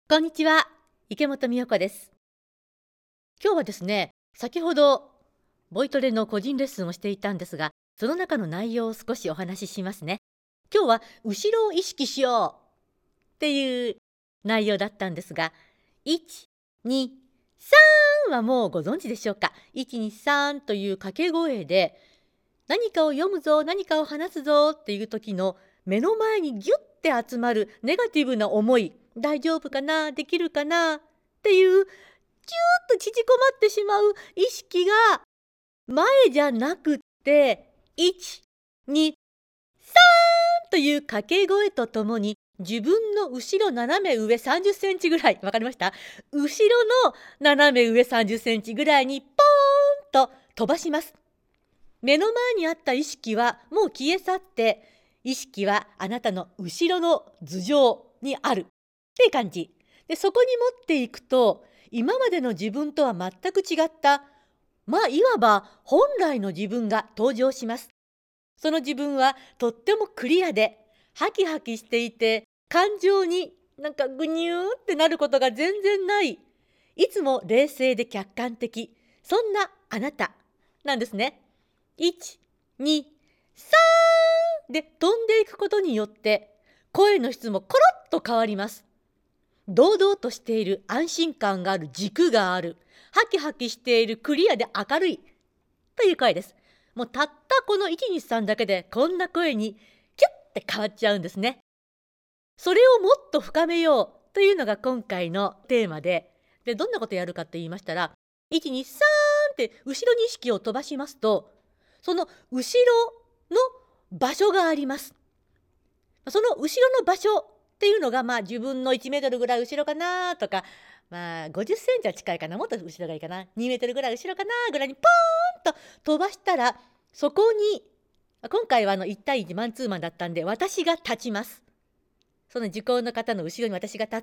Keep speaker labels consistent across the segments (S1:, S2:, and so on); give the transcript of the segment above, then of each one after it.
S1: こんにちは、池本美代子です。今日はですね、先ほどボイトレの個人レッスンをしていたんですが、その中の内容を少しお話ししますね。今日は後ろを意識しようっていう内容だったんですが、1、2、3はもうご存知でしょうか。1、2、3という掛け声で、何かを読むぞ、何かを話すぞっていう時の目の前にギュッて集まるネガティブな思い、大丈夫かな、できるかなっていう、ぎゅーっと縮こまってしまう意識が前じゃなくって、1、2、3という掛け声とともに自分の後ろ斜め上30センチぐらい、わかりました？後ろの斜め上30センチぐらいにポーンと飛ばします。目の前にあった意識はもう消え去って、意識はあなたの後ろの頭上にあるっていう感じで、そこに持っていくと今までの自分とは全く違った、いわば本来の自分が登場します。その自分はとってもクリアでハキハキしていて、感情になんかグニューってなることが全然ない、いつも冷静で客観的、そんなあなたなんですね。1、2、3で飛んでいくことによって声の質もコロッと変わります。堂々としている、安心感がある、軸がある、ハキハキしている、クリアで明るいという声です。もうたったこの1、2、3だけでこんな声にキュッて変わっちゃうんですね。それをもっと深めようというのが今回のテーマで、どんなことやるかって言いましたら、1、2、3って後ろに意識を飛ばしますと、その後ろの場所があります。その後ろの場所っていうのが、自分の1メートルぐらい後ろかなとか、50センチは近いかな、もっと後ろがいいかな、2メートルぐらい後ろかなぐらいにポーンと飛ばしたら、そこに今回は1対1マンツーマンだったんで、私が立ちます。その受講の方の後ろに私が立って、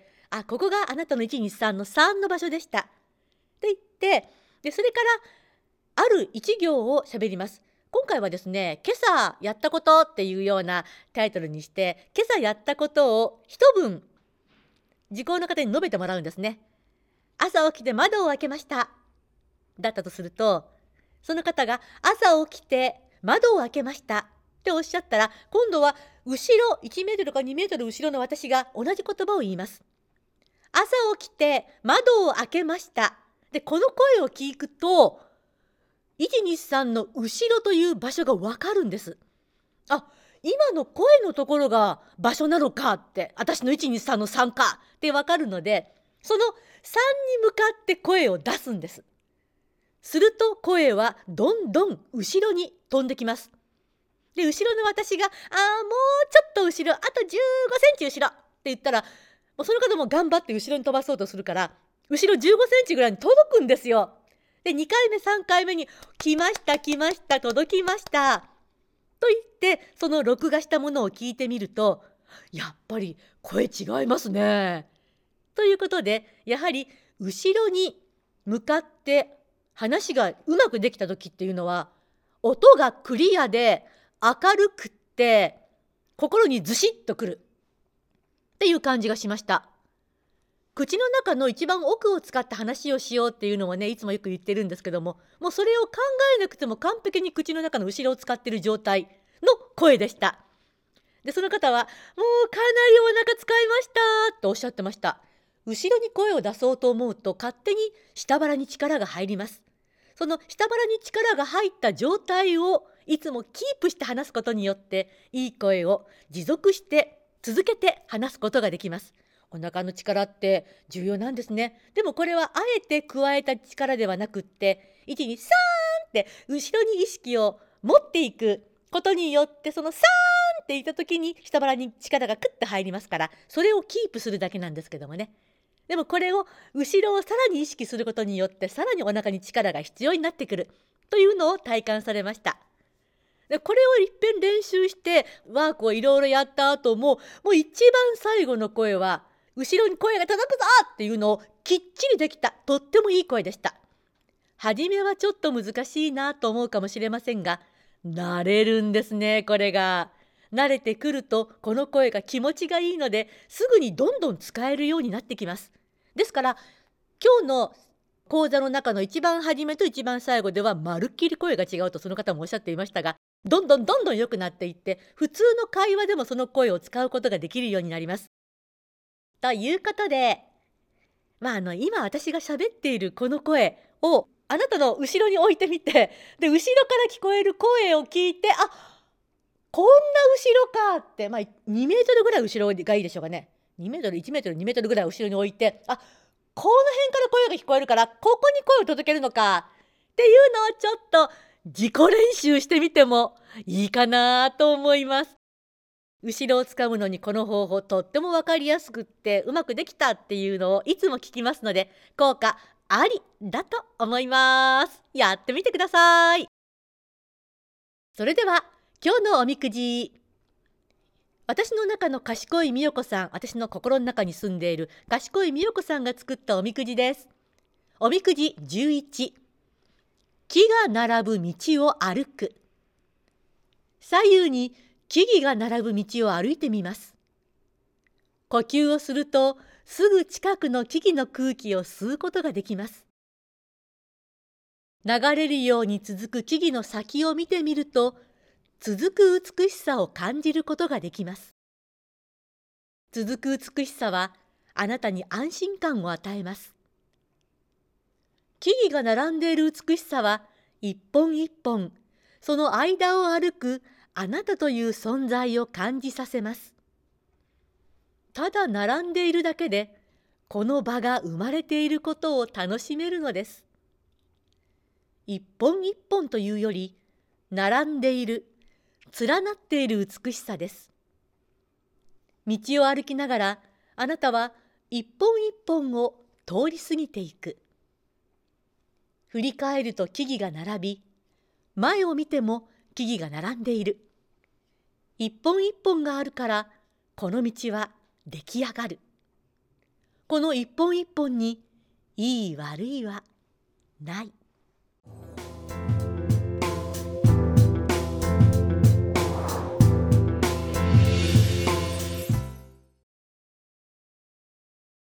S1: ここがあなたの1、2、3の3の場所でしたって言って、それからある1行を喋ります。今回はですね、今朝やったことっていうようなタイトルにして、今朝やったことを一文受講の方に述べてもらうんですね。朝起きて窓を開けましただったとすると、その方が朝起きて窓を開けましたっておっしゃったら、今度は後ろ1メートルか2メートル後ろの私が同じ言葉を言います。朝起きて窓を開けました。で、この声を聞くと、1、2、3の後ろという場所がわかるんです。今の声のところが場所なのかって、私の1、2、3の3かってわかるので、その3に向かって声を出すんです。すると声はどんどん後ろに飛んできます。で、後ろの私が、もうちょっと後ろ、あと15センチ後ろって言ったら、もうその方も頑張って後ろに飛ばそうとするから、後ろ15センチぐらいに届くんですよ。で、2回目、3回目に、来ました、来ました、届きました。と言って、その録画したものを聞いてみると、やっぱり声違いますね。ということで、やはり後ろに向かって話がうまくできた時っていうのは、音がクリアで明るくって心にずしっとくるっていう感じがしました。口の中の一番奥を使った話をしようっていうのはね、いつもよく言ってるんですけども、もうそれを考えなくても完璧に口の中の後ろを使っている状態の声でした。で、その方は、もうかなりお腹使いましたとおっしゃってました。後ろに声を出そうと思うと勝手に下腹に力が入ります。その下腹に力が入った状態をいつもキープして話すことによって、いい声を持続して続けて話すことができます。お腹の力って重要なんですね。でもこれはあえて加えた力ではなくって、1、2、3って後ろに意識を持っていくことによって、その3って言った時に下腹に力がクッと入りますから、それをキープするだけなんですけどもね。でもこれを後ろをさらに意識することによって、さらにお腹に力が必要になってくるというのを体感されました。で、これをいっぺん練習してワークをいろいろやった後も、もう一番最後の声は後ろに声が届くぞっていうのをきっちりできた、とってもいい声でした。初めはちょっと難しいなと思うかもしれませんが、慣れるんですね、これが。 慣れてくるとこの声が気持ちがいいので、すぐにどんどん使えるようになってきます。ですから今日の講座の中の一番初めと一番最後ではまるっきり声が違うとその方もおっしゃっていましたが、どんどんどんどん良くなっていって、普通の会話でもその声を使うことができるようになります。ということで、今私が喋っているこの声をあなたの後ろに置いてみて、で後ろから聞こえる声を聞いて、こんな後ろかって、2メートルぐらい後ろがいいでしょうかね。2メートル、1メートル、2メートルぐらい後ろに置いて、この辺から声が聞こえるから、ここに声を届けるのかっていうのをちょっと自己練習してみてもいいかなと思います。後ろをつかむのにこの方法とっても分かりやすくってうまくできたっていうのをいつも聞きますので、効果ありだと思います。やってみてください。それでは今日のおみくじ。私の中の賢いみよこさん、私の心の中に住んでいる賢いみよこさんが作ったおみくじです。おみくじ11、木が並ぶ道を歩く。左右に木々が並ぶ道を歩いてみます。呼吸をするとすぐ近くの木々の空気を吸うことができます。流れるように続く木々の先を見てみると、続く美しさを感じることができます。続く美しさはあなたに安心感を与えます。木々が並んでいる美しさは一本一本、その間を歩くあなたという存在を感じさせます。ただ並んでいるだけで、この場が生まれていることを楽しめるのです。一本一本というより、並んでいる、連なっている美しさです。道を歩きながら、あなたは一本一本を通り過ぎていく。振り返ると木々が並び、前を見ても木々が並んでいる。一本一本があるから、この道は出来上がる。この一本一本にいい悪いはない。